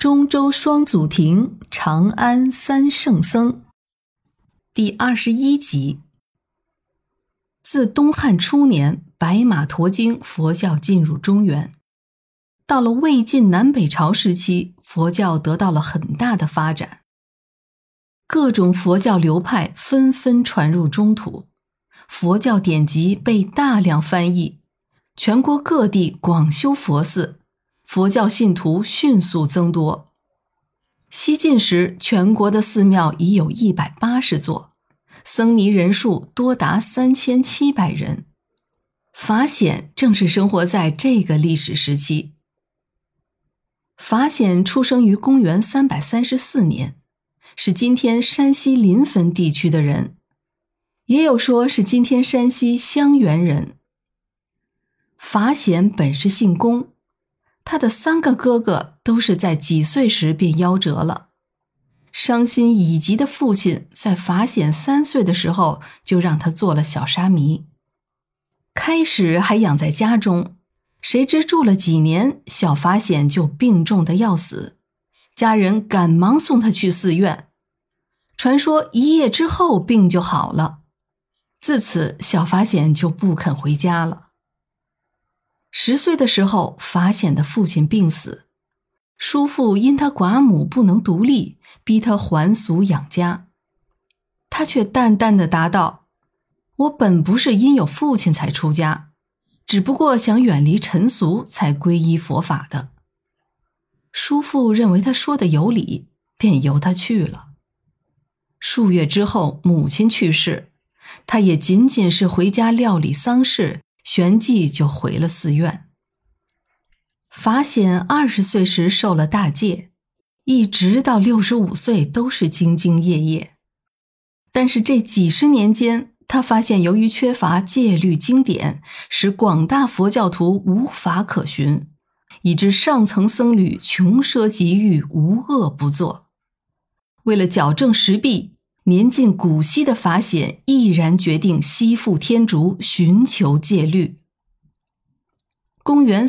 中州双祖庭，长安三圣僧。第21集。自东汉初年白马驮经佛教进入中原，到了魏晋南北朝时期，佛教得到了很大的发展，各种佛教流派纷纷传入中土，佛教典籍被大量翻译，全国各地广修佛寺，佛教信徒迅速增多。西晋时，全国的寺庙已有180座，僧尼人数多达3700人。法显正是生活在这个历史时期。法显出生于公元334年，是今天山西临汾地区的人，也有说是今天山西襄垣人。法显本是姓龚，他的3个哥哥都是在几岁时便夭折了。伤心已极的父亲在法显3岁的时候就让他做了小沙弥，开始还养在家中，谁知住了几年，小法显就病重的要死，家人赶忙送他去寺院，传说1夜之后病就好了。自此小法显就不肯回家了。10岁的时候，法显的父亲病死，叔父因他寡母不能独立，逼他还俗养家。他却淡淡地答道：我本不是因有父亲才出家，只不过想远离尘俗才皈依佛法的。叔父认为他说的有理，便由他去了。数月之后，母亲去世，他也仅仅是回家料理丧事，旋即就回了寺院。法显20岁时受了大戒，一直到65岁都是兢兢业业。但是这几十年间，他发现由于缺乏戒律经典，使广大佛教徒无法可循，以致上层僧侣穷奢极欲，无恶不作。为了矫正时弊，年近古稀的法显毅然决定西赴天竺，寻求戒律。公元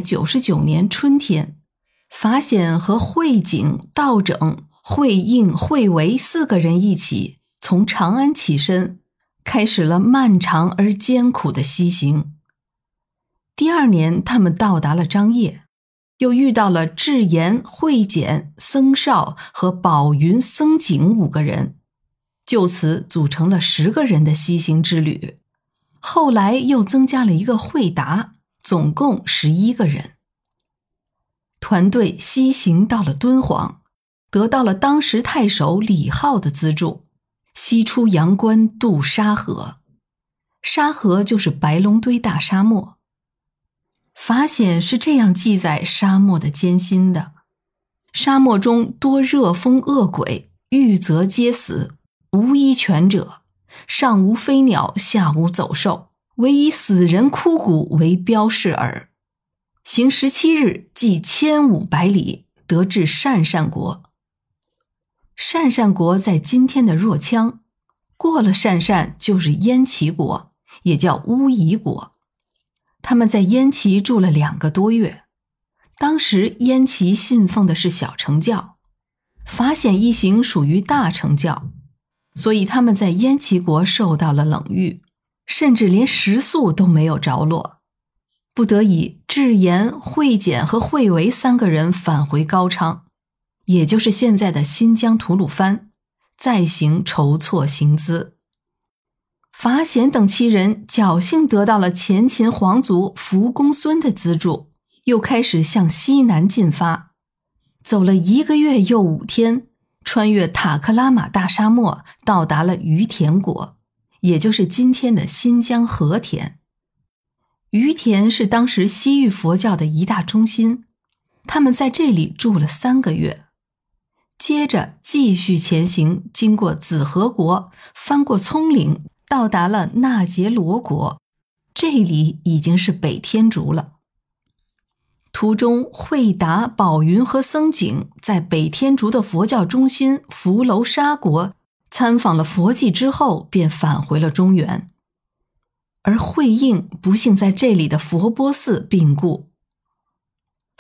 399年春天，法显和慧景、道整、慧应、慧维4个人一起从长安起身，开始了漫长而艰苦的西行。第2年，他们到达了张掖，又遇到了智严、慧简、僧绍和宝云、僧景5个人，就此组成了10个人的西行之旅。后来又增加了一个慧达，总共11个人。团队西行到了敦煌，得到了当时太守李浩的资助，西出阳关，渡沙河。沙河就是白龙堆大沙漠。法显是这样记载沙漠的艰辛的：沙漠中多热风恶鬼，遇则皆死，无一全者，上无飞鸟，下无走兽，唯以死人枯骨为标示耳。行17日，即1500里，得至鄯善国。鄯善国在今天的若羌，过了鄯善就是燕齐国，也叫乌夷国。他们在燕齐住了2个多月。当时燕齐信奉的是小乘教，法显一行属于大乘教，所以他们在燕齐国受到了冷遇，甚至连食宿都没有着落。不得已，智严、慧简和慧维3个人返回高昌，也就是现在的新疆吐鲁番，再行筹措行资。法显等7人侥幸得到了前秦皇族福公孙的资助，又开始向西南进发，走了1个月又5天，穿越塔克拉玛大沙漠，到达了于田国，也就是今天的新疆和田。于田是当时西域佛教的一大中心，他们在这里住了3个月。接着继续前行，经过子和国，翻过葱岭，到达了纳杰罗国，这里已经是北天竺了。途中，慧达、宝云和僧景在北天竺的佛教中心福楼沙国参访了佛迹之后，便返回了中原。而慧应不幸在这里的佛波寺病故。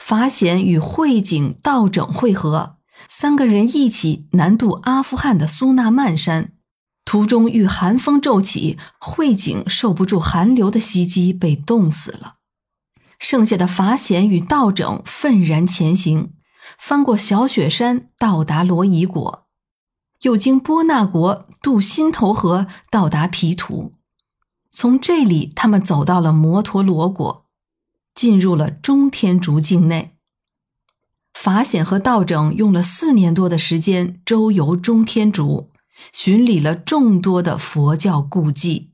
法显与慧景、道整会合，3个人一起南渡阿富汗的苏纳曼山。途中遇寒风骤起，慧景受不住寒流的袭击，被冻死了。剩下的法显与道整愤然前行，翻过小雪山，到达罗夷国，又经波那国渡新头河，到达皮图。从这里，他们走到了摩陀罗国，进入了中天竺境内。法显和道整用了4年多的时间周游中天竺，巡礼了众多的佛教故迹。